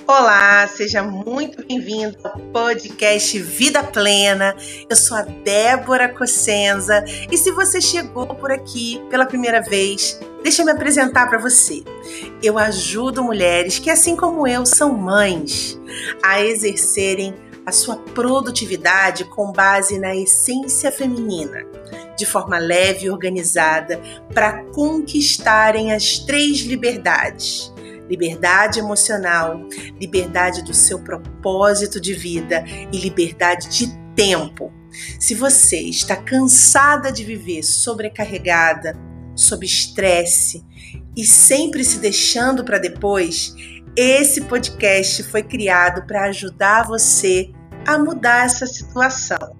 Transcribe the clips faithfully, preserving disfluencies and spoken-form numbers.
Olá, seja muito bem-vindo ao podcast Vida Plena. Eu sou a Débora Cossenza e se você chegou por aqui pela primeira vez, deixa eu me apresentar para você. Eu ajudo mulheres que, assim como eu, são mães, a exercerem a sua produtividade com base na essência feminina, de forma leve e organizada, para conquistarem as três liberdades. Liberdade emocional, liberdade do seu propósito de vida e liberdade de tempo. Se você está cansada de viver sobrecarregada, sob estresse e sempre se deixando para depois, esse podcast foi criado para ajudar você a mudar essa situação.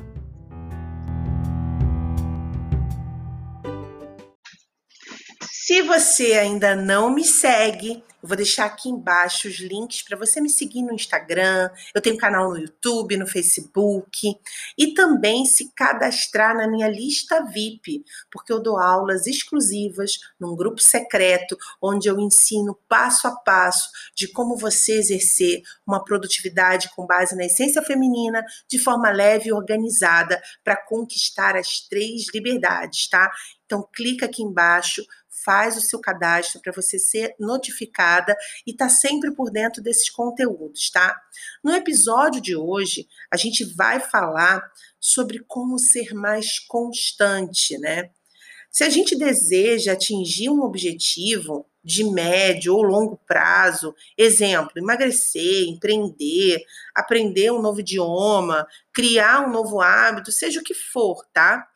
Se você ainda não me segue, eu vou deixar aqui embaixo os links para você me seguir no Instagram. Eu tenho canal no YouTube, no Facebook e também se cadastrar na minha lista V I P, porque eu dou aulas exclusivas num grupo secreto onde eu ensino passo a passo de como você exercer uma produtividade com base na essência feminina de forma leve e organizada para conquistar as três liberdades, tá? Então clica aqui embaixo, faz o seu cadastro para você ser notificada e estar tá sempre por dentro desses conteúdos, tá? No episódio de hoje, a gente vai falar sobre como ser mais constante, né? Se a gente deseja atingir um objetivo de médio ou longo prazo, exemplo, emagrecer, empreender, aprender um novo idioma, criar um novo hábito, seja o que for, tá?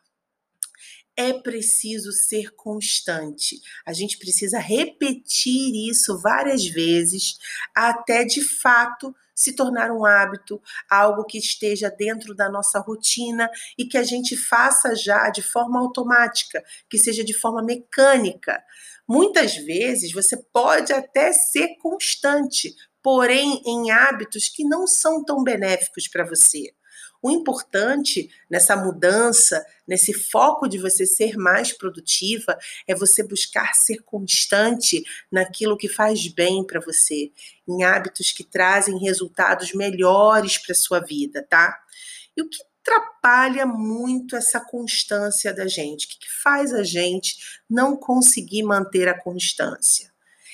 É preciso ser constante. A gente precisa repetir isso várias vezes até de fato se tornar um hábito, algo que esteja dentro da nossa rotina e que a gente faça já de forma automática, que seja de forma mecânica. Muitas vezes você pode até ser constante, porém em hábitos que não são tão benéficos para você. O importante nessa mudança, nesse foco de você ser mais produtiva, é você buscar ser constante naquilo que faz bem para você, em hábitos que trazem resultados melhores para a sua vida, tá? E o que atrapalha muito essa constância da gente? O que faz a gente não conseguir manter a constância?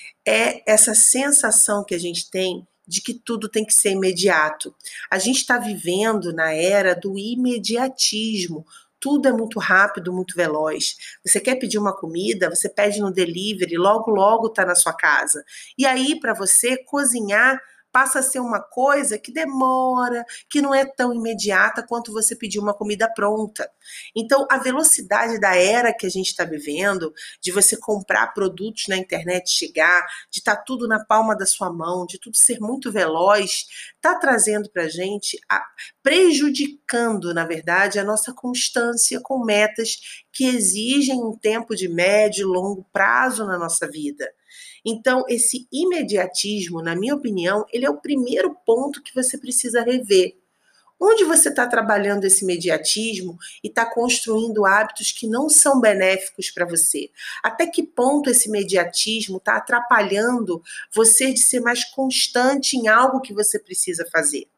É essa sensação que a gente tem de que tudo tem que ser imediato. A gente está vivendo na era do imediatismo. Tudo é muito rápido, muito veloz. Você quer pedir uma comida, você pede no delivery, logo, logo está na sua casa. E aí, para você, cozinhar passa a ser uma coisa que demora, que não é tão imediata quanto você pedir uma comida pronta. Então, a velocidade da era que a gente está vivendo, de você comprar produtos na internet, chegar, de estar tá tudo na palma da sua mão, de tudo ser muito veloz, está trazendo para a gente, a, prejudicando, na verdade, a nossa constância com metas que exigem um tempo de médio e longo prazo na nossa vida. Então, esse imediatismo, na minha opinião, ele é o primeiro ponto que você precisa rever. Onde você está trabalhando esse imediatismo e está construindo hábitos que não são benéficos para você? Até que ponto esse imediatismo está atrapalhando você de ser mais constante em algo que você precisa fazer?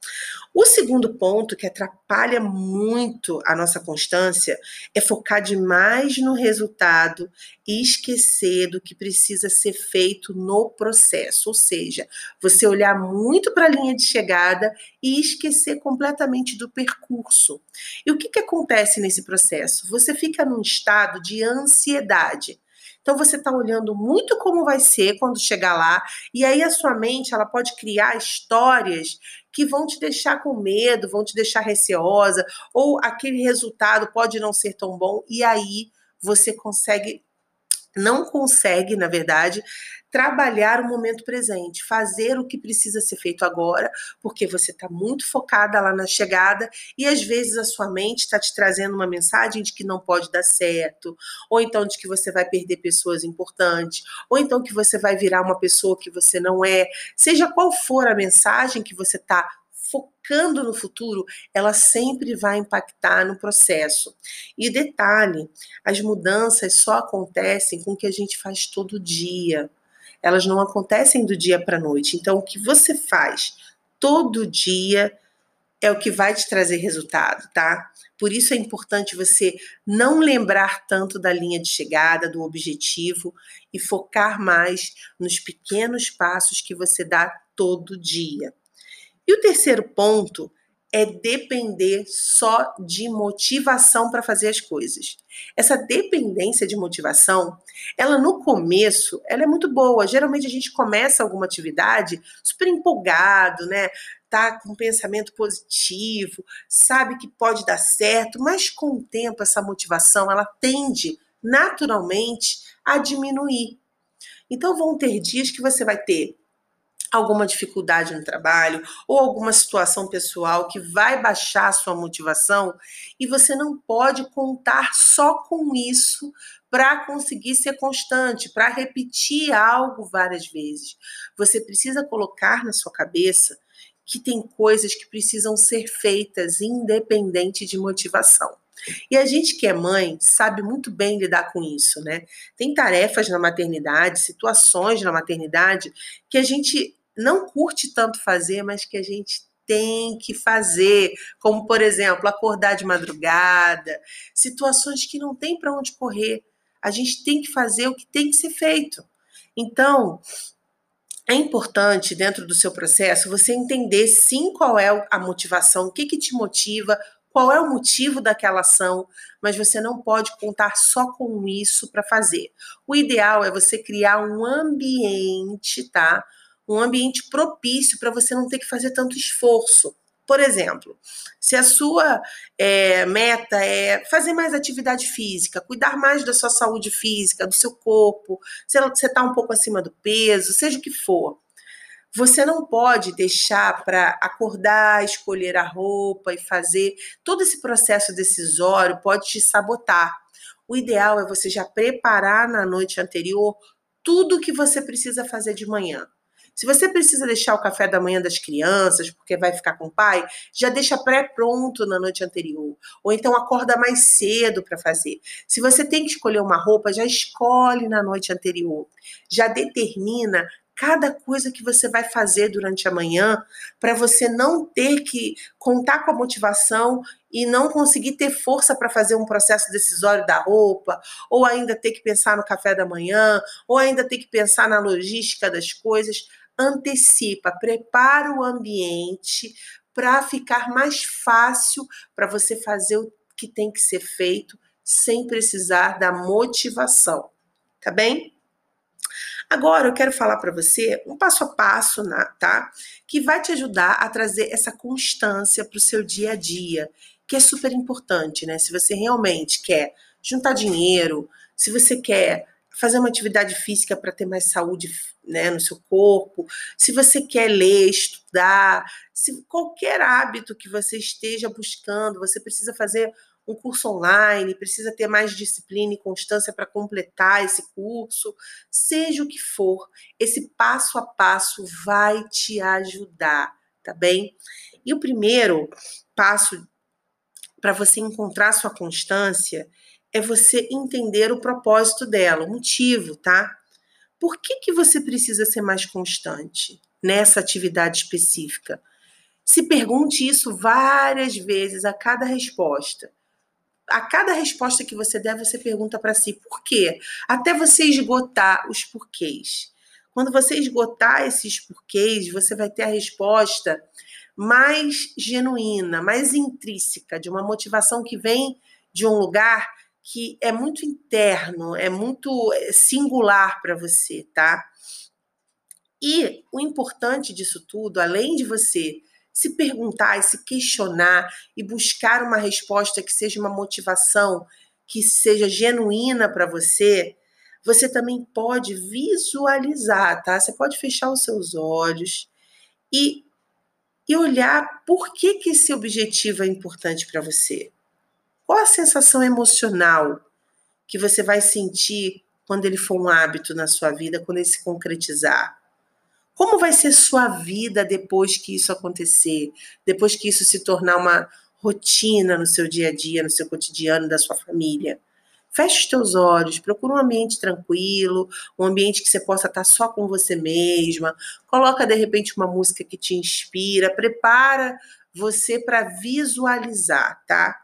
O segundo ponto que atrapalha muito a nossa constância é focar demais no resultado e esquecer do que precisa ser feito no processo, ou seja, você olhar muito para a linha de chegada e esquecer completamente do percurso. E o que, que acontece nesse processo? Você fica num estado de ansiedade. Então você está olhando muito como vai ser quando chegar lá, e aí a sua mente ela pode criar histórias que vão te deixar com medo, vão te deixar receosa, ou aquele resultado pode não ser tão bom, e aí você consegue, não consegue, na verdade, trabalhar o momento presente, fazer o que precisa ser feito agora, porque você está muito focada lá na chegada e às vezes a sua mente está te trazendo uma mensagem de que não pode dar certo, ou então de que você vai perder pessoas importantes, ou então que você vai virar uma pessoa que você não é. Seja qual for a mensagem que você está focando no futuro, ela sempre vai impactar no processo. E detalhe, as mudanças só acontecem com o que a gente faz todo dia. elas não acontecem do dia para a noite. Então, o que você faz todo dia é o que vai te trazer resultado, tá? Por isso é importante você não lembrar tanto da linha de chegada, do objetivo, e focar mais nos pequenos passos que você dá todo dia. E o terceiro ponto é depender só de motivação para fazer as coisas. Essa dependência de motivação, ela no começo, ela é muito boa. Geralmente a gente começa alguma atividade super empolgado, né? Tá com um pensamento positivo, sabe que pode dar certo, mas com o tempo essa motivação, ela tende naturalmente a diminuir. Então vão ter dias que você vai ter alguma dificuldade no trabalho ou alguma situação pessoal que vai baixar a sua motivação e você não pode contar só com isso para conseguir ser constante, para repetir algo várias vezes. Você precisa colocar na sua cabeça que tem coisas que precisam ser feitas independente de motivação. E a gente que é mãe sabe muito bem lidar com isso, né? Tem tarefas na maternidade, situações na maternidade que a gente não curte tanto fazer, mas que a gente tem que fazer, como, por exemplo, acordar de madrugada, situações que não tem para onde correr. A gente tem que fazer o que tem que ser feito. Então, é importante, dentro do seu processo, você entender, sim, qual é a motivação, o que, que te motiva, qual é o motivo daquela ação, mas você não pode contar só com isso para fazer. O ideal é você criar um ambiente, tá? Um ambiente propício para você não ter que fazer tanto esforço. Por exemplo, se a sua é, meta é fazer mais atividade física, cuidar mais da sua saúde física, do seu corpo, se você está um pouco acima do peso, seja o que for, você não pode deixar para acordar, escolher a roupa e fazer todo esse processo decisório, pode te sabotar. O ideal é você já preparar na noite anterior tudo o que você precisa fazer de manhã. Se você precisa deixar o café da manhã das crianças, porque vai ficar com o pai, já deixa pré-pronto na noite anterior. Ou então acorda mais cedo para fazer. Se você tem que escolher uma roupa, já escolhe na noite anterior. Já determina cada coisa que você vai fazer durante a manhã, para você não ter que contar com a motivação e não conseguir ter força para fazer um processo decisório da roupa, ou ainda ter que pensar no café da manhã, ou ainda ter que pensar na logística das coisas. Antecipa, prepara o ambiente para ficar mais fácil para você fazer o que tem que ser feito sem precisar da motivação, tá bem? Agora eu quero falar para você um passo a passo, tá? Que vai te ajudar a trazer essa constância para o seu dia a dia, que é super importante, né? Se você realmente quer juntar dinheiro, se você quer fazer uma atividade física para ter mais saúde, né, no seu corpo, se você quer ler, estudar, se qualquer hábito que você esteja buscando, você precisa fazer um curso online, precisa ter mais disciplina e constância para completar esse curso, seja o que for, esse passo a passo vai te ajudar, tá bem? E o primeiro passo para você encontrar sua constância é você entender o propósito dela, o motivo, tá? Por que que você precisa ser mais constante nessa atividade específica? Se pergunte isso várias vezes a cada resposta. A cada resposta que você der, você pergunta para si por quê? Até você esgotar os porquês. Quando você esgotar esses porquês, você vai ter a resposta mais genuína, mais intrínseca, de uma motivação que vem de um lugar que é muito interno, é muito singular para você, tá? E o importante disso tudo, além de você se perguntar e se questionar e buscar uma resposta que seja uma motivação, que seja genuína para você, você também pode visualizar, tá? Você pode fechar os seus olhos e, e olhar por que, que esse objetivo é importante para você. Qual a sensação emocional que você vai sentir quando ele for um hábito na sua vida, quando ele se concretizar? Como vai ser sua vida depois que isso acontecer? Depois que isso se tornar uma rotina no seu dia a dia, no seu cotidiano, da sua família? fecha os teus olhos, procura um ambiente tranquilo, um ambiente que você possa estar só com você mesma, coloca de repente uma música que te inspira, prepara você para visualizar, tá?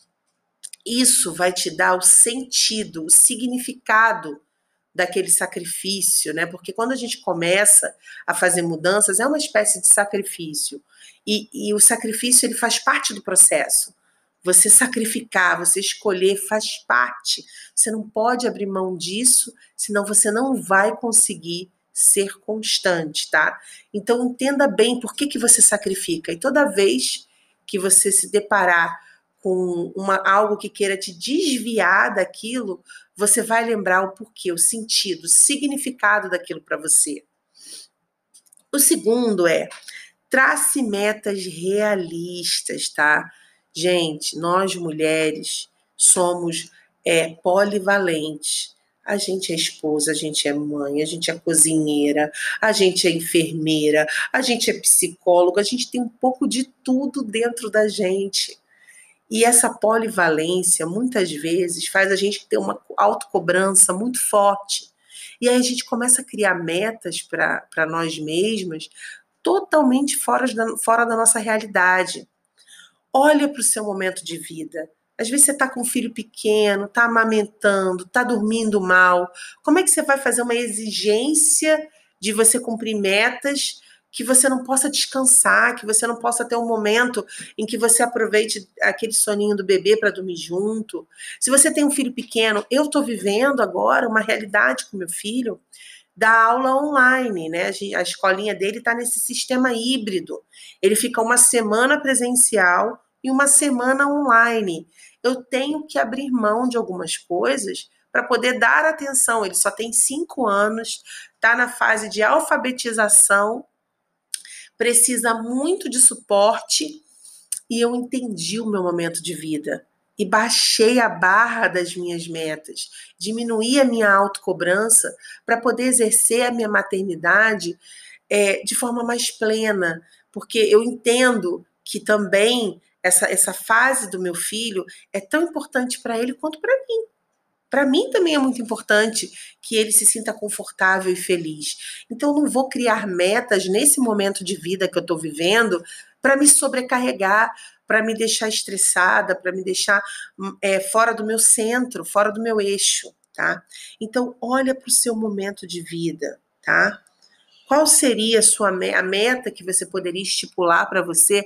Isso vai te dar o sentido, o significado daquele sacrifício, né? Porque quando a gente começa a fazer mudanças, é uma espécie de sacrifício. E, e o sacrifício, ele faz parte do processo. Você sacrificar, você escolher, faz parte. Você não pode abrir mão disso, senão você não vai conseguir ser constante, tá? Então, entenda bem por que, que você sacrifica. E toda vez que você se deparar com uma, algo que queira te desviar daquilo, você vai lembrar o porquê, o sentido, o significado daquilo para você. O segundo é, trace metas realistas, tá? Gente, nós mulheres somos é, polivalentes. A gente é esposa, a gente é mãe, a gente é cozinheira, a gente é enfermeira, a gente é psicóloga, a gente tem um pouco de tudo dentro da gente. E essa polivalência, muitas vezes, faz a gente ter uma autocobrança muito forte. E aí a gente começa a criar metas para nós mesmas totalmente fora da, fora da nossa realidade. Olha para o seu momento de vida. Às vezes você está com um filho pequeno, está amamentando, está dormindo mal. Como é que você vai fazer uma exigência de você cumprir metas que você não possa descansar, que você não possa ter um momento em que você aproveite aquele soninho do bebê para dormir junto? Se você tem um filho pequeno, eu estou vivendo agora uma realidade com meu filho da aula online, né? A escolinha dele está nesse sistema híbrido. Ele fica uma semana presencial e uma semana online. Eu tenho que abrir mão de algumas coisas para poder dar atenção. Ele só tem cinco anos, está na fase de alfabetização, precisa muito de suporte e eu entendi o meu momento de vida. E baixei a barra das minhas metas, diminuí a minha autocobrança para poder exercer a minha maternidade é, de forma mais plena, porque eu entendo que também essa, essa fase do meu filho é tão importante para ele quanto para mim. Para mim também é muito importante que ele se sinta confortável e feliz. Então, eu não vou criar metas nesse momento de vida que eu estou vivendo para me sobrecarregar, para me deixar estressada, para me deixar é, fora do meu centro, fora do meu eixo, tá? Então, olha para o seu momento de vida, tá? Qual seria a sua a meta que você poderia estipular para você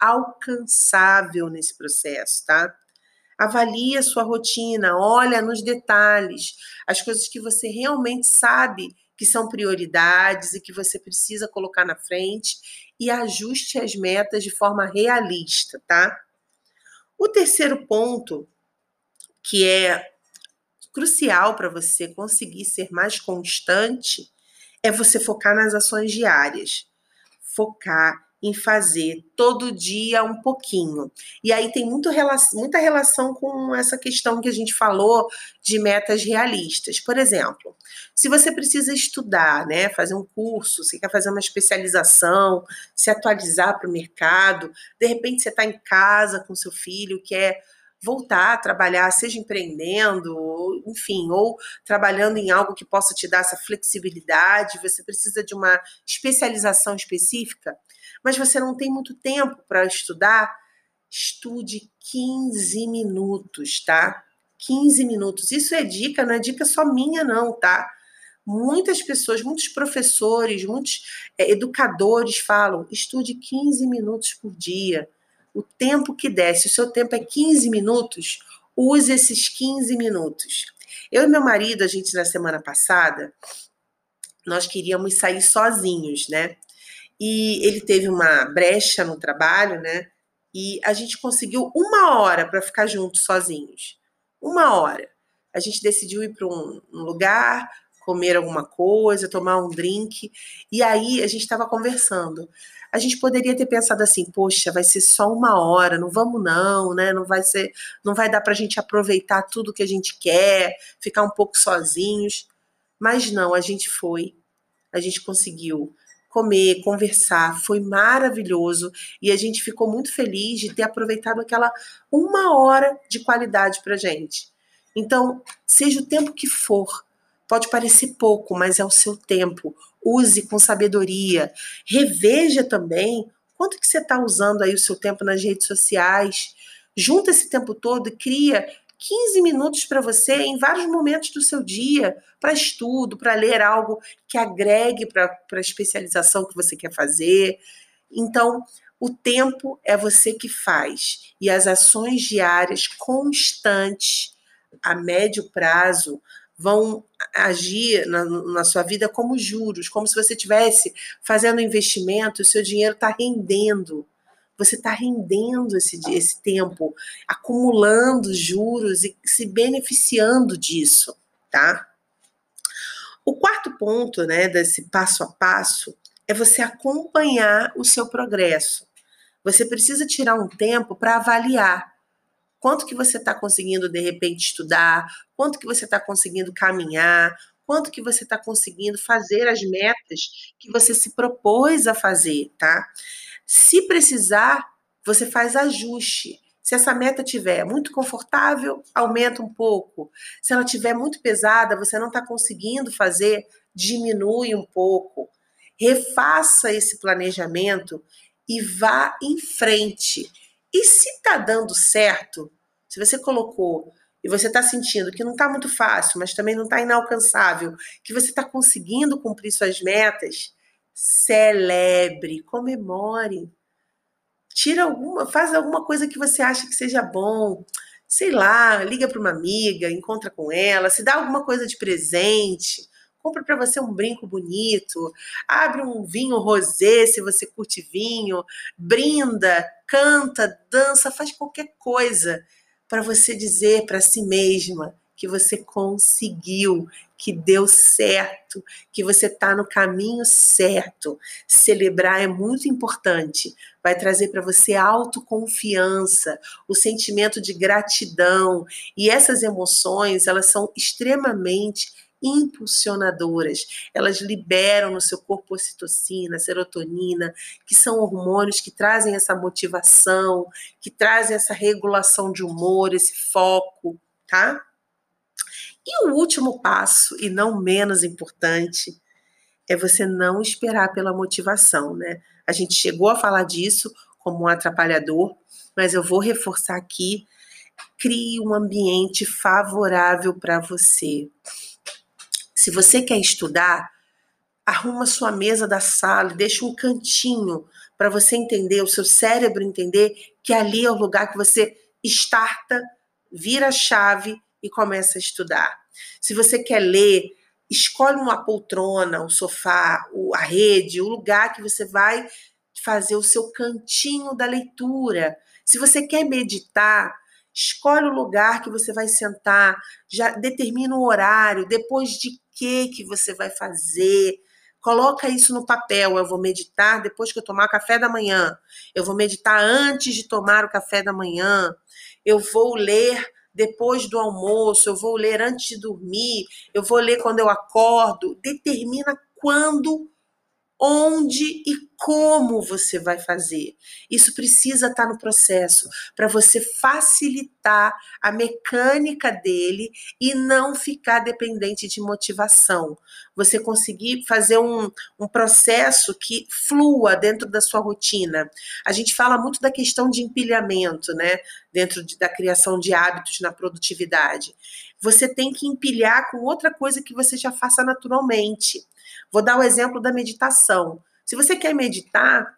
alcançável nesse processo, tá? Avalie a sua rotina, olha nos detalhes, as coisas que você realmente sabe que são prioridades e que você precisa colocar na frente e ajuste as metas de forma realista, tá? O terceiro ponto, que é crucial para você conseguir ser mais constante, é você focar nas ações diárias. Focar em fazer todo dia um pouquinho. E aí tem muito, muita relação com essa questão que a gente falou de metas realistas. Por exemplo, se você precisa estudar, né, fazer um curso, você quer fazer uma especialização, se atualizar para o mercado, de repente você está em casa com seu filho, quer voltar a trabalhar, seja empreendendo, ou, enfim, ou trabalhando em algo que possa te dar essa flexibilidade, você precisa de uma especialização específica, mas você não tem muito tempo para estudar, estude quinze minutos, tá? quinze minutos. Isso é dica, não é dica só minha, não, tá? Muitas pessoas, muitos professores, muitos é, educadores falam, estude quinze minutos por dia. O tempo que der, se o seu tempo é quinze minutos, use esses quinze minutos. Eu e meu marido, a gente na semana passada, nós queríamos sair sozinhos, né? E ele teve uma brecha no trabalho, né? E a gente conseguiu uma hora para ficar juntos sozinhos. Uma hora. A gente decidiu ir para um, um lugar, comer alguma coisa, tomar um drink. E aí a gente estava conversando. A gente poderia ter pensado assim, poxa, vai ser só uma hora, não vamos não, né? Não vai ser, não vai dar para a gente aproveitar tudo que a gente quer, ficar um pouco sozinhos. Mas não, a gente foi, a gente conseguiu comer, conversar, foi maravilhoso e a gente ficou muito feliz de ter aproveitado aquela uma hora de qualidade pra gente. Então, seja o tempo que for, pode parecer pouco, mas é o seu tempo. Use com sabedoria. Reveja também quanto que você está usando aí o seu tempo nas redes sociais. Junta esse tempo todo e cria quinze minutos para você em vários momentos do seu dia, para estudo, para ler algo que agregue para a especialização que você quer fazer. Então, o tempo é você que faz. E as ações diárias constantes, a médio prazo, vão agir na, na sua vida como juros, como se você estivesse fazendo um investimento e o seu dinheiro está rendendo. Você está rendendo esse, esse tempo, acumulando juros e se beneficiando disso, tá? O quarto ponto, né, desse passo a passo, é você acompanhar o seu progresso. Você precisa tirar um tempo para avaliar quanto que você está conseguindo, de repente, estudar, quanto que você está conseguindo caminhar, quanto que você está conseguindo fazer as metas que você se propôs a fazer, tá? Se precisar, você faz ajuste. Se essa meta estiver muito confortável, aumenta um pouco. Se ela estiver muito pesada, você não está conseguindo fazer, diminui um pouco. Refaça esse planejamento e vá em frente. E se está dando certo, se você colocou e você está sentindo que não está muito fácil, mas também não está inalcançável, que você está conseguindo cumprir suas metas, celebre, comemore. Tira alguma, faz alguma coisa que você acha que seja bom. Sei lá, liga para uma amiga, encontra com ela, se dá alguma coisa de presente, compra para você um brinco bonito, abre um vinho rosé se você curte vinho, brinda, canta, dança, faz qualquer coisa para você dizer para si mesma que você conseguiu, que deu certo, que você está no caminho certo. Celebrar é muito importante. Vai trazer para você autoconfiança, o sentimento de gratidão. E essas emoções, elas são extremamente impulsionadoras. Elas liberam no seu corpo ocitocina, serotonina, que são hormônios que trazem essa motivação, que trazem essa regulação de humor, esse foco, tá? E o último passo, e não menos importante, é você não esperar pela motivação, né? A gente chegou a falar disso como um atrapalhador, mas eu vou reforçar aqui: crie um ambiente favorável para você. Se você quer estudar, arruma sua mesa da sala e deixa um cantinho para você entender, o seu cérebro entender que ali é o lugar que você starta, vira a chave e começa a estudar. Se você quer ler, escolhe uma poltrona, um sofá, a rede, o lugar que você vai fazer o seu cantinho da leitura. Se você quer meditar, escolhe o lugar que você vai sentar, já determina o horário, depois de que que você vai fazer. Coloca isso no papel. Eu vou meditar depois que eu tomar o café da manhã. Eu vou meditar antes de tomar o café da manhã. Eu vou ler depois do almoço. Eu vou ler antes de dormir. Eu vou ler quando eu acordo. Determina quando, onde e como você vai fazer. Isso precisa estar no processo para você facilitar a mecânica dele e não ficar dependente de motivação. Você conseguir fazer um, um processo que flua dentro da sua rotina. A gente fala muito da questão de empilhamento, né? Dentro de, da criação de hábitos na produtividade. Você tem que empilhar com outra coisa que você já faça naturalmente. Vou dar o exemplo da meditação. Se você quer meditar,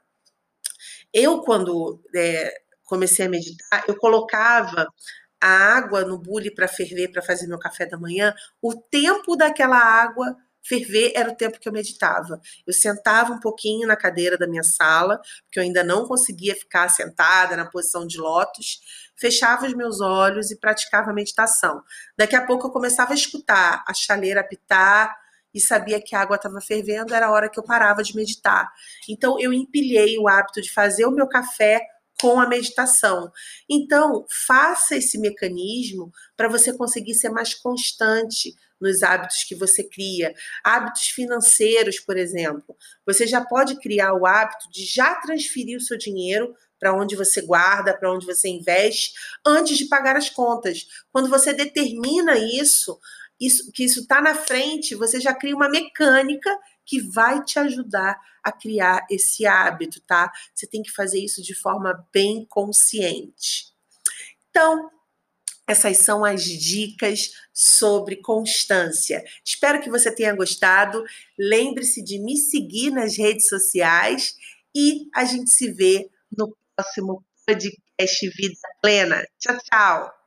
eu quando é, comecei a meditar, eu colocava a água no bule para ferver, para fazer meu café da manhã. O tempo daquela água ferver era o tempo que eu meditava. Eu sentava um pouquinho na cadeira da minha sala, porque eu ainda não conseguia ficar sentada na posição de lótus, fechava os meus olhos e praticava a meditação. Daqui a pouco eu começava a escutar a chaleira apitar, e sabia que a água estava fervendo, era a hora que eu parava de meditar. Então, eu empilhei o hábito de fazer o meu café com a meditação. Então, faça esse mecanismo para você conseguir ser mais constante nos hábitos que você cria. Hábitos financeiros, por exemplo. Você já pode criar o hábito de já transferir o seu dinheiro para onde você guarda, para onde você investe, antes de pagar as contas. Quando você determina isso, isso que isso está na frente, você já cria uma mecânica que vai te ajudar a criar esse hábito, tá? Você tem que fazer isso de forma bem consciente. Então, essas são as dicas sobre constância. Espero que você tenha gostado. Lembre-se de me seguir nas redes sociais e a gente se vê no próximo podcast Vida Plena. Tchau, tchau!